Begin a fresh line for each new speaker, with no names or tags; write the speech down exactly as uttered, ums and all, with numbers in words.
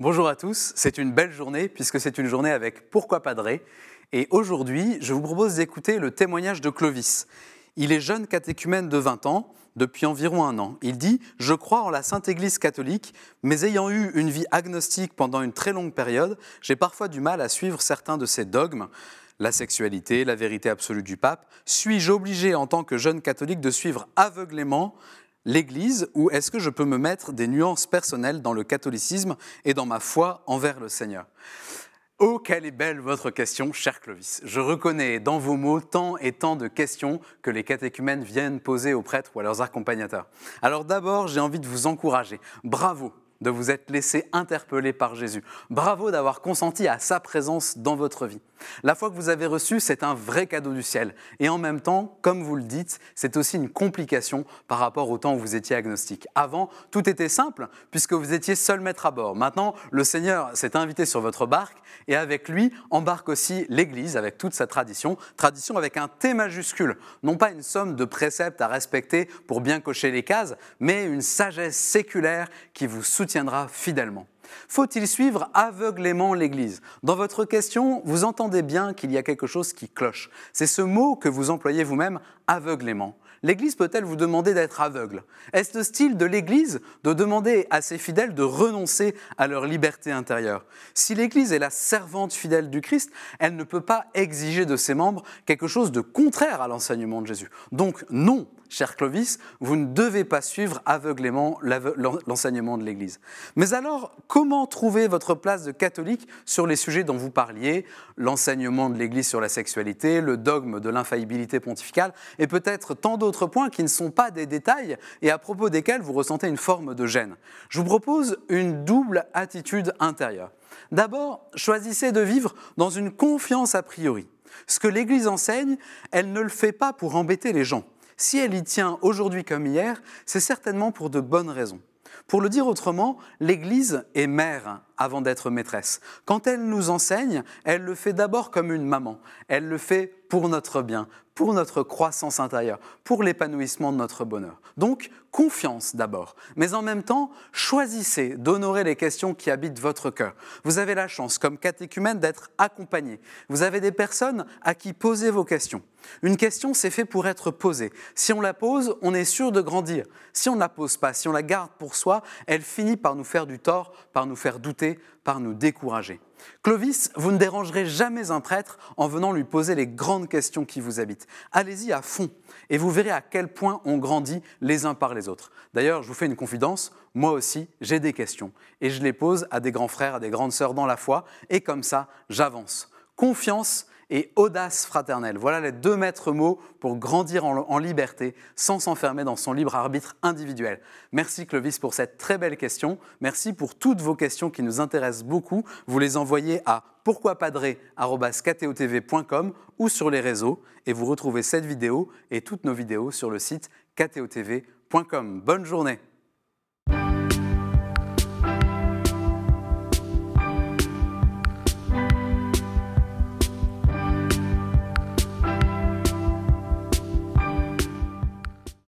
Bonjour à tous, c'est une belle journée puisque c'est une journée avec Pourquoi Padrer. Et aujourd'hui, je vous propose d'écouter le témoignage de Clovis. Il est jeune catéchumène de vingt ans, depuis environ un an. Il dit « Je crois en la Sainte Église catholique, mais ayant eu une vie agnostique pendant une très longue période, j'ai parfois du mal à suivre certains de ses dogmes. La sexualité, la vérité absolue du pape. Suis-je obligé en tant que jeune catholique de suivre aveuglément l'Église, ou est-ce que je peux me mettre des nuances personnelles dans le catholicisme et dans ma foi envers le Seigneur ?» Oh, quelle est belle votre question, cher Clovis. Je reconnais dans vos mots tant et tant de questions que les catéchumènes viennent poser aux prêtres ou à leurs accompagnateurs. Alors d'abord, j'ai envie de vous encourager. Bravo de vous être laissé interpeller par Jésus. Bravo d'avoir consenti à sa présence dans votre vie. La foi que vous avez reçue, c'est un vrai cadeau du ciel. Et en même temps, comme vous le dites, c'est aussi une complication par rapport au temps où vous étiez agnostique. Avant, tout était simple, puisque vous étiez seul maître à bord. Maintenant, le Seigneur s'est invité sur votre barque, et avec lui embarque aussi l'Église, avec toute sa tradition. Tradition avec un T majuscule. Non pas une somme de préceptes à respecter pour bien cocher les cases, mais une sagesse séculaire qui vous soutiendra fidèlement. Faut-il suivre aveuglément l'Église ? Dans votre question, vous entendez bien qu'il y a quelque chose qui cloche. C'est ce mot que vous employez vous-même, aveuglément. L'Église peut-elle vous demander d'être aveugle ? Est-ce le style de l'Église de demander à ses fidèles de renoncer à leur liberté intérieure ? Si l'Église est la servante fidèle du Christ, elle ne peut pas exiger de ses membres quelque chose de contraire à l'enseignement de Jésus. Donc non, cher Clovis, vous ne devez pas suivre aveuglément l'enseignement de l'Église. Mais alors, comment trouver votre place de catholique sur les sujets dont vous parliez, l'enseignement de l'Église sur la sexualité, le dogme de l'infaillibilité pontificale, et peut-être tant d'autres points qui ne sont pas des détails et à propos desquels vous ressentez une forme de gêne. Je vous propose une double attitude intérieure. D'abord, choisissez de vivre dans une confiance a priori. Ce que l'Église enseigne, elle ne le fait pas pour embêter les gens. Si elle y tient aujourd'hui comme hier, c'est certainement pour de bonnes raisons. Pour le dire autrement, l'Église est mère avant d'être maîtresse. Quand elle nous enseigne, elle le fait d'abord comme une maman. Elle le fait pour notre bien, pour notre croissance intérieure, pour l'épanouissement de notre bonheur. Donc, confiance d'abord. Mais en même temps, choisissez d'honorer les questions qui habitent votre cœur. Vous avez la chance, comme catéchumène, d'être accompagné. Vous avez des personnes à qui poser vos questions. Une question, c'est fait pour être posée. Si on la pose, on est sûr de grandir. Si on ne la pose pas, si on la garde pour soi, elle finit par nous faire du tort, par nous faire douter, par nous décourager. Clovis, vous ne dérangerez jamais un prêtre en venant lui poser les grandes questions qui vous habitent. Allez-y à fond et vous verrez à quel point on grandit les uns par les autres. D'ailleurs, je vous fais une confidence, moi aussi, j'ai des questions et je les pose à des grands frères, à des grandes sœurs dans la foi et comme ça, j'avance. Confiance et audace fraternelle. Voilà les deux maîtres mots pour grandir en, en liberté sans s'enfermer dans son libre arbitre individuel. Merci Clovis pour cette très belle question. Merci pour toutes vos questions qui nous intéressent beaucoup. Vous les envoyez à pourquoipadrer arobase k t o t v point com ou sur les réseaux et vous retrouvez cette vidéo et toutes nos vidéos sur le site k t o t v point com. Bonne journée.